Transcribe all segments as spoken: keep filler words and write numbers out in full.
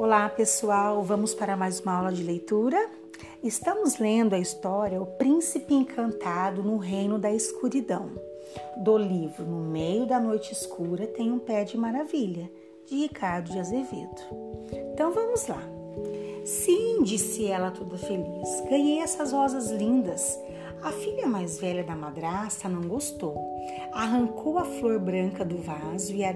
Olá pessoal, vamos para mais uma aula de leitura? Estamos lendo a história O Príncipe Encantado no Reino da Escuridão, do livro No Meio da Noite Escura Tem um Pé de Maravilha, de Ricardo de Azevedo. Então vamos lá. Sim, disse ela toda feliz, ganhei essas rosas lindas. A filha mais velha da madrasta não gostou. Arrancou a flor branca do vaso e a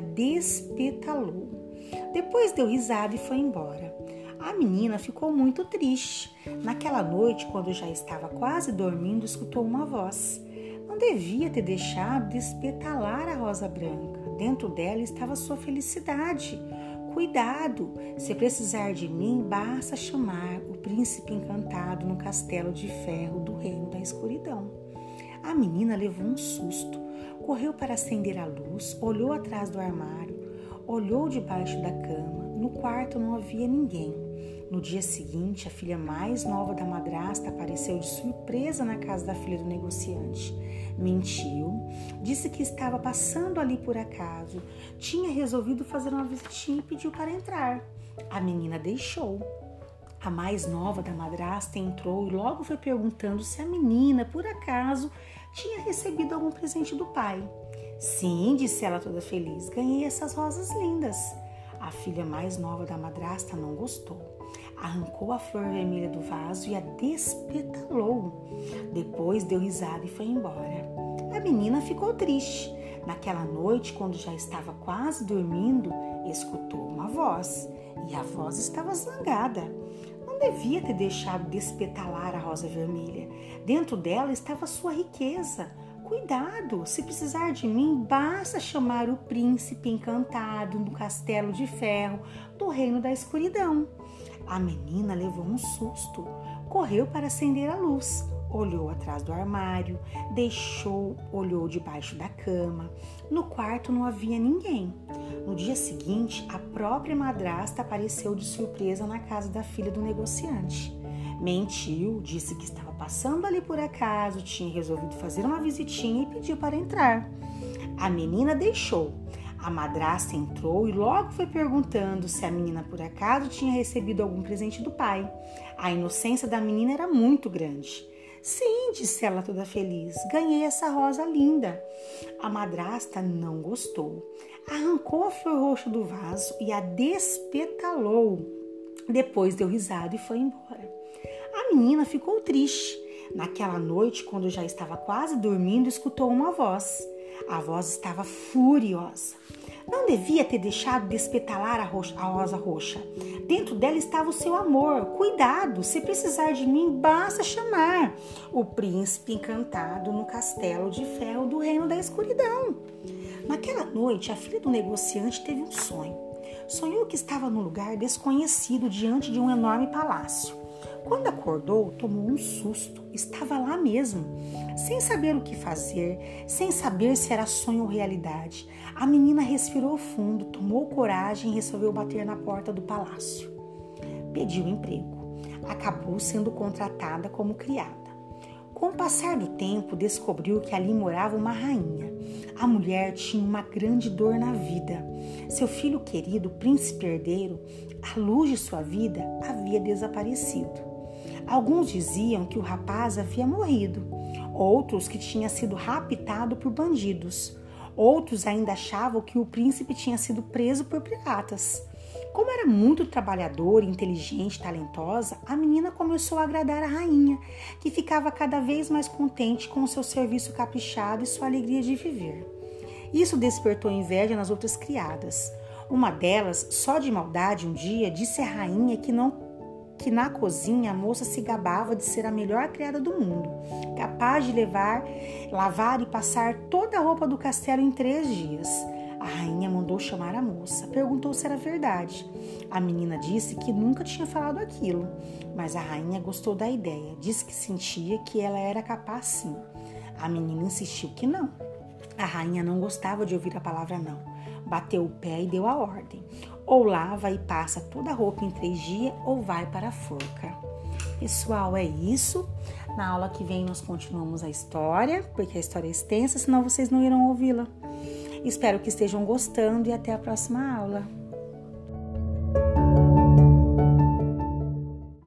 despetalou. Depois deu risada e foi embora. A menina ficou muito triste. Naquela noite, quando já estava quase dormindo, escutou uma voz. Não devia ter deixado despetalar a rosa branca. Dentro dela estava sua felicidade. Cuidado, se precisar de mim, basta chamar o príncipe encantado no castelo de ferro do reino da escuridão. A menina levou um susto. Correu para acender a luz, olhou atrás do armário, olhou debaixo da cama. No quarto não havia ninguém. No dia seguinte, a filha mais nova da madrasta apareceu de surpresa na casa da filha do negociante. Mentiu, disse que estava passando ali por acaso, tinha resolvido fazer uma visitinha e pediu para entrar. A menina deixou. A mais nova da madrasta entrou e logo foi perguntando se a menina, por acaso, tinha recebido algum presente do pai. Sim, disse ela toda feliz, ganhei essas rosas lindas. A filha mais nova da madrasta não gostou. Arrancou a flor vermelha do vaso e a despetalou. Depois deu risada e foi embora. A menina ficou triste. Naquela noite, quando já estava quase dormindo, escutou uma voz. E a voz estava zangada. Não devia ter deixado despetalar a rosa vermelha. Dentro dela estava sua riqueza. Cuidado, se precisar de mim, basta chamar o príncipe encantado no castelo de ferro do reino da escuridão. A menina levou um susto, correu para acender a luz, olhou atrás do armário, deixou, olhou debaixo da cama. No quarto não havia ninguém. No dia seguinte, a própria madrasta apareceu de surpresa na casa da filha do negociante. Mentiu, disse que estava passando ali por acaso, tinha resolvido fazer uma visitinha e pediu para entrar. A menina deixou. A madrasta entrou e logo foi perguntando se a menina por acaso tinha recebido algum presente do pai. A inocência da menina era muito grande. Sim, disse ela toda feliz, ganhei essa rosa linda. A madrasta não gostou. Arrancou a flor roxa do vaso e a despetalou. Depois deu risada e foi embora. A menina ficou triste. Naquela noite, quando já estava quase dormindo, escutou uma voz. A voz estava furiosa. Não devia ter deixado despetalar a, roxa, a rosa roxa. Dentro dela estava o seu amor. Cuidado, se precisar de mim, basta chamar o príncipe encantado no castelo de ferro do reino da escuridão. Naquela noite, a filha do negociante teve um sonho. Sonhou que estava num lugar desconhecido diante de um enorme palácio. Quando acordou, tomou um susto. Estava lá mesmo, sem saber o que fazer, sem saber se era sonho ou realidade. A menina respirou fundo, tomou coragem e resolveu bater na porta do palácio. Pediu emprego. Acabou sendo contratada como criada. Com o passar do tempo, descobriu que ali morava uma rainha. A mulher tinha uma grande dor na vida. Seu filho querido, o príncipe herdeiro, a luz de sua vida, havia desaparecido. Alguns diziam que o rapaz havia morrido, outros que tinha sido raptado por bandidos, outros ainda achavam que o príncipe tinha sido preso por piratas. Como era muito trabalhadora, inteligente, talentosa, a menina começou a agradar a rainha, que ficava cada vez mais contente com o seu serviço caprichado e sua alegria de viver. Isso despertou inveja nas outras criadas. Uma delas, só de maldade, um dia disse à rainha que não que na cozinha a moça se gabava de ser a melhor criada do mundo, capaz de levar, lavar e passar toda a roupa do castelo em três dias. A rainha mandou chamar a moça, perguntou se era verdade. A menina disse que nunca tinha falado aquilo, mas a rainha gostou da ideia, disse que sentia que ela era capaz sim. A menina insistiu que não. A rainha não gostava de ouvir a palavra não. Bateu o pé e deu a ordem. Ou lava e passa toda a roupa em três dias ou vai para a forca. Pessoal, é isso. Na aula que vem nós continuamos a história, porque a história é extensa, senão vocês não irão ouvi-la. Espero que estejam gostando e até a próxima aula.